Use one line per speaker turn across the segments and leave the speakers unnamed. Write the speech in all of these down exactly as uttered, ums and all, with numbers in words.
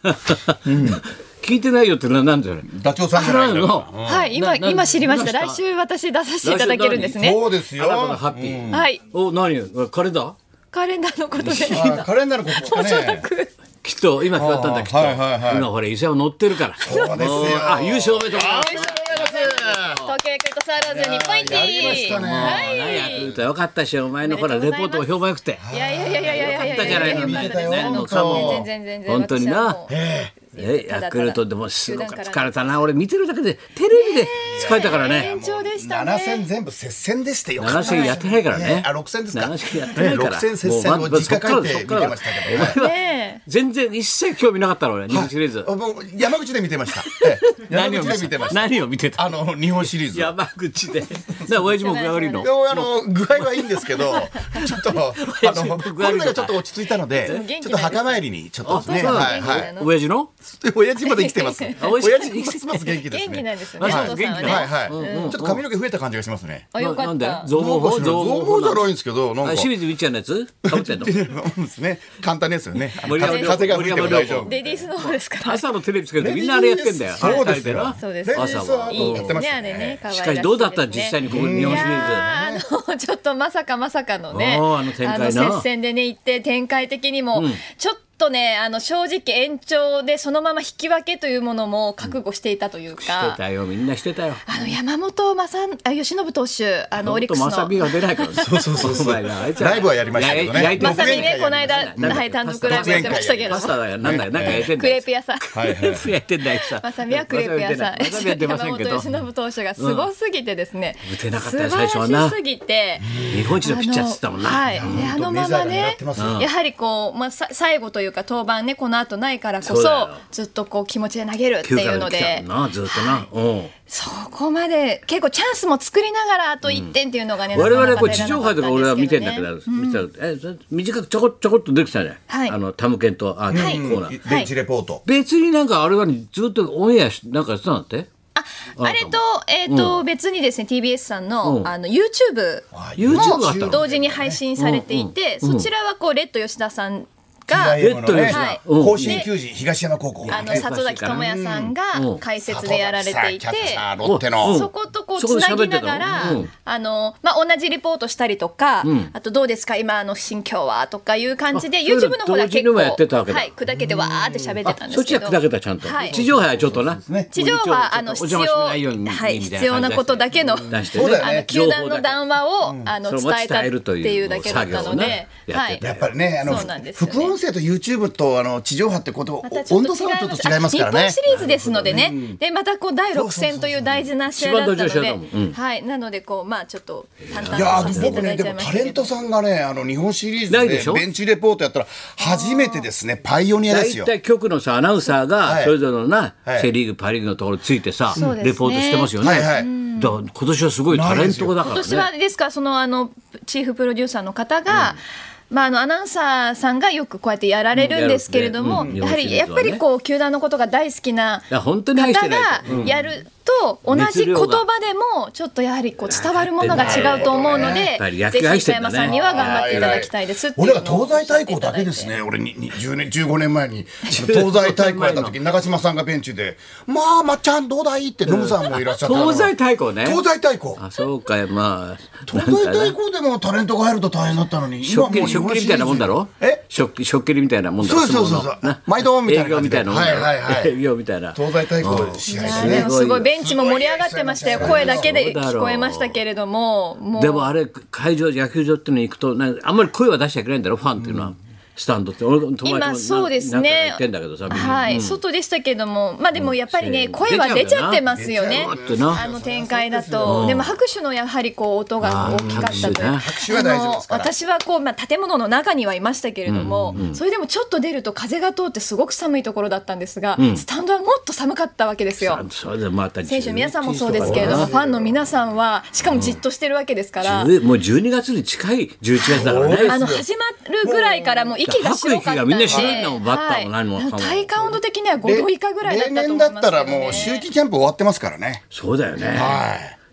聞いてないよってのは何だよ。
ダチョウさんじゃないの。
はい、今今知りました。来週私出させていただけるんですね。
そうですよ。
ハッピー。
はい。
お、何カレンダー？
カレンダーのことで。
カレンダーのことですかね。
おそらく。
きっと今決まったんだきっと。今ほら伊勢は乗ってるから。
そうですよ。
あ、優勝おめでとうございます。
東京ヤクルトスワローズ日本一。
やりましたね。
はい。
ヤクルトよかったし、お前のほらレポートも評判良くて。
いやいやいやいやいやいや。
よかったじゃないの。
見てたよ。
全然全然
本当にな。え、ヤクルトでもすごく疲れたな。俺見てるだけでテレビで疲れたからね。
延長でしたね。
なな戦全部接戦でしてよ。
なな戦やってないからね。
あ、ろく戦ですか。
なな戦やってないから。
ろく戦接戦を実家帰って見てましたけど。
全然一切興味なかったの俺、日本シリーズ。
山口で見てました。
何を
見てました。
何を見てた？
あの日本シリーズ。
山口で。な親父も具合悪いの？
あの具合はいいんですけど、ちょっとあのコロナがちょっと落ち着いたので、ちょっと墓参りにちょっとね、はいはい。
親父の？
親父まで生きてます。親父生きてます。元気ですね。
元気なんですね。
はいはい。ちょっと髪の毛増えた感じがしますね。
あ、よかった。
増毛法？
増毛じゃないんですけど、なんか
清水みっちゃんのやつ被ってんの？
ですね。簡単ですよね。
風
が吹いても大丈夫。
レディースの方ですから。
朝のテレビつけるとみんなあれやってんだよ。
そうですよ。
そうです。
朝はい
いですねあれね。
しかしどうだった実際にここ日本シリーズ。
あのちょっとまさかまさかのね。
あの展開な。
接戦でね行って展開的にもちょっとちょっとね、あの正直延長でそのまま引き分けというものも覚悟していたというか、
してたよ、みんなしてたよ。
あの山本正由伸投手、あのオリックスの
正美が出ないから、
そうそうそうそう。ライブはやりましたけどね。
正美ね、この間はい単独ライブやってましたけど、
パスタだよ、なんだよ、なんかやってんだよ。
クレープ屋さん、
クレープやってんだよさ。
正美はクレープ屋さん、山本由伸投手がすごすぎてですね、
打てなかったよ最初はな。
素晴らしすぎて、
日本一のピッチャーっつったもんな。
はい。あのままね、やはりこうまあ最後というか登板ね。この後ないからこそずっとこう気持ちで投げるっていうので、
ずっとな、
そこまで結構チャンスも作りながらあといってんっていうのがね、
我々こう地上波とか俺は見てんだけど、え短くちょこちょこっとできたね。あのタムケンとあのコーナー
ベンチレポート。
別になんかあれはずっとオンエアなんかしたんだって。
あ, あれと,、えーとうん、別にですね ティービーエス さん の,、うん、あの YouTube も同時に配信されていて、そちらはこうレッド吉田さんが
レッドの甲子園球児東山高校、
あの里崎智也さんが解説でやられていて、
ロッテの
そことこうつなぎながら、あのまあ同じリポートしたりとか、あとどうですか今の心境はとかいう感じで YouTube の方では結構はい砕けてわーって喋ってたんですけど、
そっちは砕けたちゃんと。地上波はちょっとな。
地上波あの必要はい必要なことだけのあの球団の談話をあの伝えたっていうだけだったので、
やっぱりねあの副音声と YouTube とあの地上波ってこと温度差はちょっと違いますからね。
日本シリーズですのでね、でまたこうだいろく戦という大事な試合だったので、はい、なのでこうまあちょっと淡々とさせていただいちゃいましたけど、
タレントさんがねあの日本シリーズでベンチレポートやったら初めてですね。パイオニアですよ。
大体局のさアナウンサーがそれぞれのなセリーグパリーグのところについてさレポートしてますよね。だから今年はすごいタレントだからね。
今年はですからそのあのチーフプロデューサーの方が、まあ、あのアナウンサーさんがよくこうやってやられるんですけれども、やはりやっぱりこう球団のことが大好きな方がやると同じ言葉でもちょっとやはりこう伝わるものが違うと思うので、ぜひ磯山さんには頑張っていただきたいですっていうのを。
俺が東西対抗だけですね。俺にじゅうねんじゅうごねんまえに東西対抗やった時に長嶋さんがベンチでまあまっちゃんどうだいってノムさんもいらっしゃった。
東西対抗ね。
東西対抗。
あそうかまあ
東西対抗でもタレントが入ると大変だったのに、
今もう食器みたいなもんだろ。え食器みたいなもんだろ。
そうそうそうそう毎度みたいな
営業みたいなもんだろ。
はいはいはい
営業みたいな
東西対抗試合ですね。
すごいベンチも盛り上がってましたよ。声だけで聞こえましたけれども、
もうでもあれ会場野球場っていうのに行くとあんまり声は出しちゃいけないんだろファンっていうのは。スタンドって
今そうですね。はい、外でしたけども、まあでもやっぱりね声は出ちゃってますよね。あの展開だと、でも拍手のやはりこう音が大きかったという。
拍手は大丈夫ですから。
私はこうまあ建物の中にはいましたけれども、それでもちょっと出ると風が通ってすごく寒いところだったんですが、スタンドはもっと寒かったわけですよ。選手皆さんもそうですけれども、ファンの皆さんはしかもじっとしてるわけですから。
もうじゅうにがつに近いじゅういちがつだからね。
あの始まるぐらいからもう息が白かったんで。
みんな白いのバッターも何も、
体感温度的にはごど以下ぐらいだったと思いますけどね。
例年だったらもう秋季キャンプ終わってますからね。
そうだよね。
はい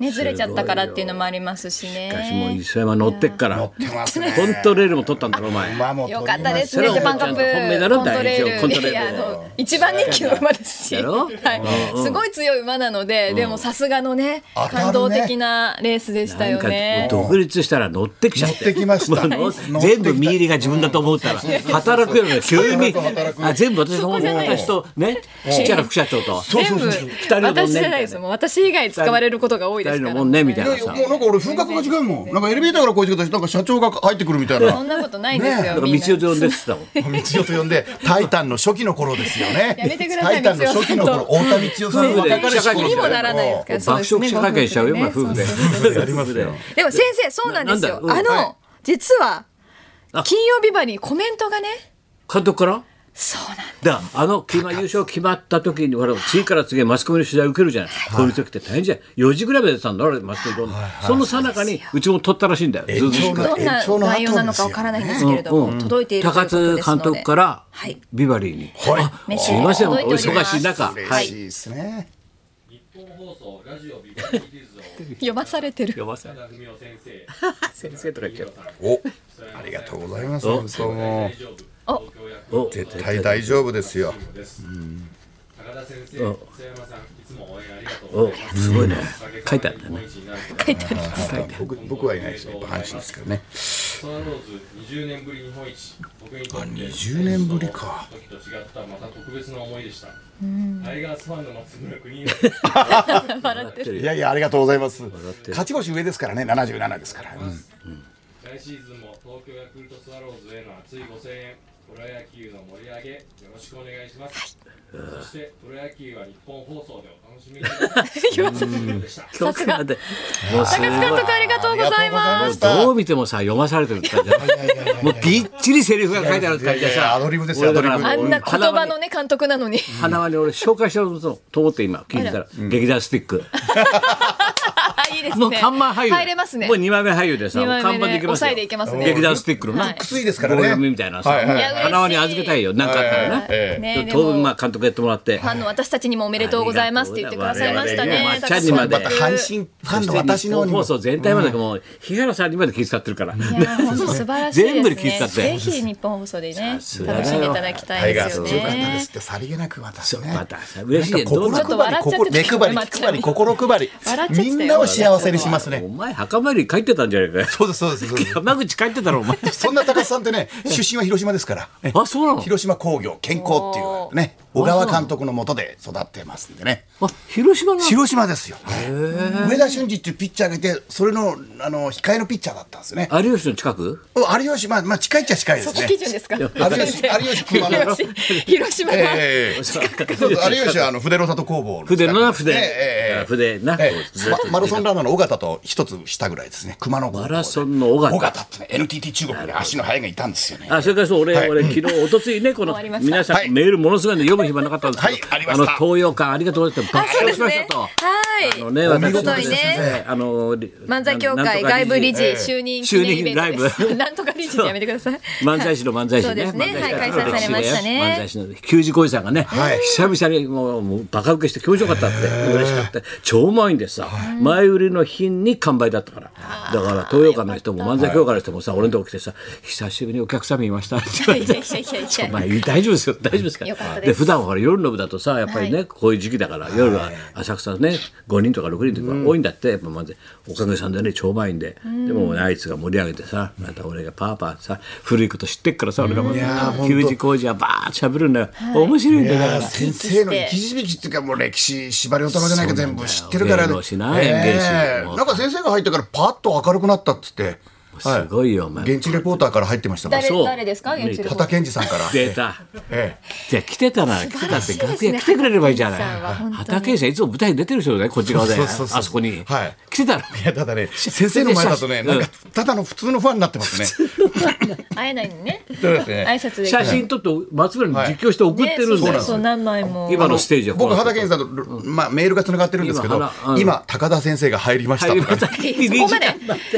ねずれちゃったからっていうのもありますしね。
しかしもう磯山乗ってっから。
乗ってますね。
コントレールも取ったんだろお前。
よかったですね。ジャパンカップ
本命だろ
コントレール。
コントレール
いやあの一番人気の馬ですし、はい、すごい強い馬なので、でもさすがのね感動的なレースでしたよね。
独立したら乗ってきちゃって。
乗ってきました。
全部身入りが自分だと思ったら働くよね。急にあ全部私の私とねちっちゃな副社長と
全部私じゃないですもん。私以外使われることが多いですから。
もんねみたいなさ。
もうなんか俺風格が違うもん。なんかエレベーターからこういう方なんか社長が入ってくるみたいな。
そんなことないんですよ。
道代と呼んでってたもん。
道代と呼んでタイタンの初期の頃ですよね。
やめてください。
タイタンの初期の頃太田道代さんの
若かりし
頃にもならないですから。
爆食記者会見しちゃうよ夫婦で。
やりますよ。
でも先生そうなんですよ。あの実は金曜日場にコメントがね。
監督から。
そうなん
だあの今優勝決まった時にほら次から次へマスコミの取材を受けるじゃない、はい、こういう時って大変じゃん。よじぐらいまで出てたんだマスコミ、はいはい、その最中にうちも取ったらしいんだよ。
ずずどんな内容なのかわからないんですけれども、うんうん、届いているということですので
高津監督から、はい、ビバリーに、はい、すいませんお忙しい中
嬉しいですね。
日本放送ラジオビバリーヒルズを
読まされてる。
読まされてる。先生とか言って
おありがとうございます。どうも
お
絶対大丈夫ですよ。
高田先生、磯山さん、いつも応援ありがとうございます。
すごいね。書いてあるんだね。
書いてあります。
僕僕はいないですね。阪神ですからね。
スワローズにじゅうねんぶり日本一。僕にとって
にじゅうねんぶりか。
時と違ったまた特別な思いでした。タイガースファンの松村邦
之。笑ってる。
いやいやありがとうございます。勝ち星上ですからね。ななじゅうななですから。
来シーズンも東京ヤクルトスワローズへの熱いご声援。プロ野球の盛り上げよろしくお願いします。そしてプロ野球は日本放送でお楽しみにでした。
さすが高津監督ありがとうございます。
どう見てもさ読まされてるって感じだ。もうびっちりセリフが書いてあるって感じでさ。
アドリブですよ。アドリブ。
あんな言葉のね監督なのに。
花輪に俺紹介しようと思って今聞いてたら劇団スティック。
いいですね。
もう看板俳優。
入れますね。
もう二枚目俳優でさ看板できますよ。
抑えでいけますね。
劇団スティックの
ね。くすいですからね。
みたいなさ。花輪に預けたいよ。なんかあったらね。当分まあ監督やってもらって。
ファンの私たちにもおめでとうございますって言ってくださいましたね。
チャンにまで。
阪神ファンの私の
放送全体までもう日原さんにまで気遣ってるから。
いや本当素晴らしいですね。
全部に気遣って。
ぜひ日本放送でね楽しんでいただきたいですよね。
タイガース強かったですってさりげなく私ね。
また嬉しい。
ちょっと笑っちゃって。目配り気配り心配り。みんなを幸せにしますね。
お前墓参り帰ってたんじゃないか。
そうですそうです。
山口帰ってたろお前。
そんな高須さんってね出身は広島ですから。
あそうなの。
広島工業健康っていうね小川監督の下で育ってますんでね。
あ広島なの。
広島ですよ。上田俊二っていうピッチャーがいてそれのあの控えのピッチャーだったんですね。
有吉の近く？
有吉まあまあ近いっちゃ近いですね。
そこ基準ですか？
有吉有吉熊野。
広島が。
有吉はあの筆の里工房。
筆のな筆。筆な。
マラソンランナーの尾形と一つ下ぐらいですね。熊野工房。
マラソンの尾形。
尾形ってね エヌティーティー 中国で足の速いがいたんですよね。
あそれからそう俺俺昨日一昨日ねこの皆さんメールものすごい読む暇なかったんですけどあの東洋館ありがとうございます。爆笑しましたと。
はい。
あのね私
ねあの漫才協会外部理事就任記念イベントです。なんとか理事でやめてください。
漫才師の漫才師ね。
そうですね。はい開催されましたね。
漫才師の球児浩二さんがね久々にもうバカ受けして気持ちよかったって嬉しかった。超うまいんでさ前売りの日に完売だったからだから東洋館の人も漫才協会の人もさ俺のとこ来てさ久しぶりにお客様いましたって言われてまあ大丈夫ですよ大丈夫ですからで普段はほら夜の部だとさやっぱりねこういう時期だから夜は浅草ねごにんとかろくにんとか多いんだってやっぱ漫才おかげさんでね超うまいんででもあいつが盛り上げてさまた俺がパーパーさ古いこと知ってっからさ俺が球児工事はバーッと喋るんだよ面白いんだよだから
先生の生き字引っていうかもう歴史司馬遼太郎じゃないか全部知ってるからねなんか先生が入ってからパッと明るくなったっつって
すごいよお前
現地レポーターから入ってましたから
誰誰ですか現地レポーター
畑健二さんから
出たじゃあ来てたな来てたって楽屋来てくれればいいじゃない畑健二さんいつも舞台に出てる人ねこっち側であそこに来てたのい
やただね先生の前だとねなんかただの普通のファンになってますね
会えないのね挨拶で
写真撮って松村に実況して送ってるんだよ
そう何枚も
今のステージは
僕畑健二さんとまあメールがつながってるんですけど今高田先生が入りましたとか
そこまで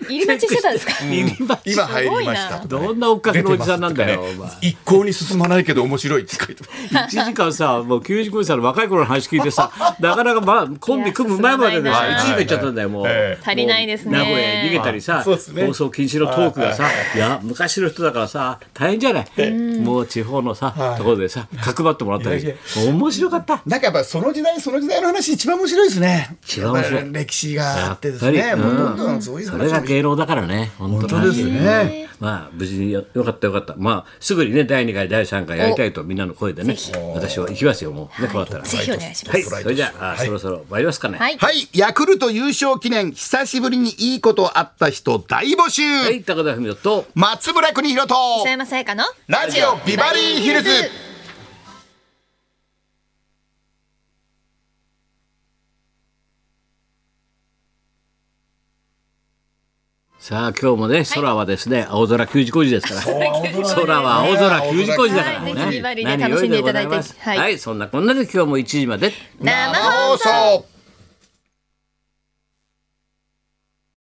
入り待ちしてたんですか。
入り待ち
今入りました。
どんな追っかけのおじさんなんだよ。
一向に進まないけど面白いって書いて
ます。いちじかんさ、もうきゅうじゅうごさいの若い頃の話聞いてさ、なかなかまあコンビ組む前まででさ、いちじかんいっちゃったんだよもう。
足りないですね。
名古屋に逃げたりさ、放送禁止のトークがさ、いや昔の人だからさ大変じゃない。もう地方のさところでさ角張ってもらったり、面白かった。
なんかやっぱその時代その時代の話一番面白いですね。
一番面白い。
歴史があってですね。もうどんどんそういう話。
それが芸能だからね。本当
ですね。
まあ無事によかったよかった。まあすぐにねだいにかいだいさんかいやりたいとみんなの声でね。私は行きますよもうねこうなったら。
ぜひお願いします。
はい。それじゃあそろそろ参りますかね。
はい。ヤクルト優勝記念久しぶりにいいことあった人大募集。
はい。高田文夫と
松村邦洋と
磯山さやかの
ラジオビバリーヒルズ。
さあ今日もね空はですね、はい、青空球児工事ですから空は青空球児工事だからね、
はい、ぜひビバリーで楽しんでいただいて、
はい、はい、そんなこんなで今日もいちじまで
生放送。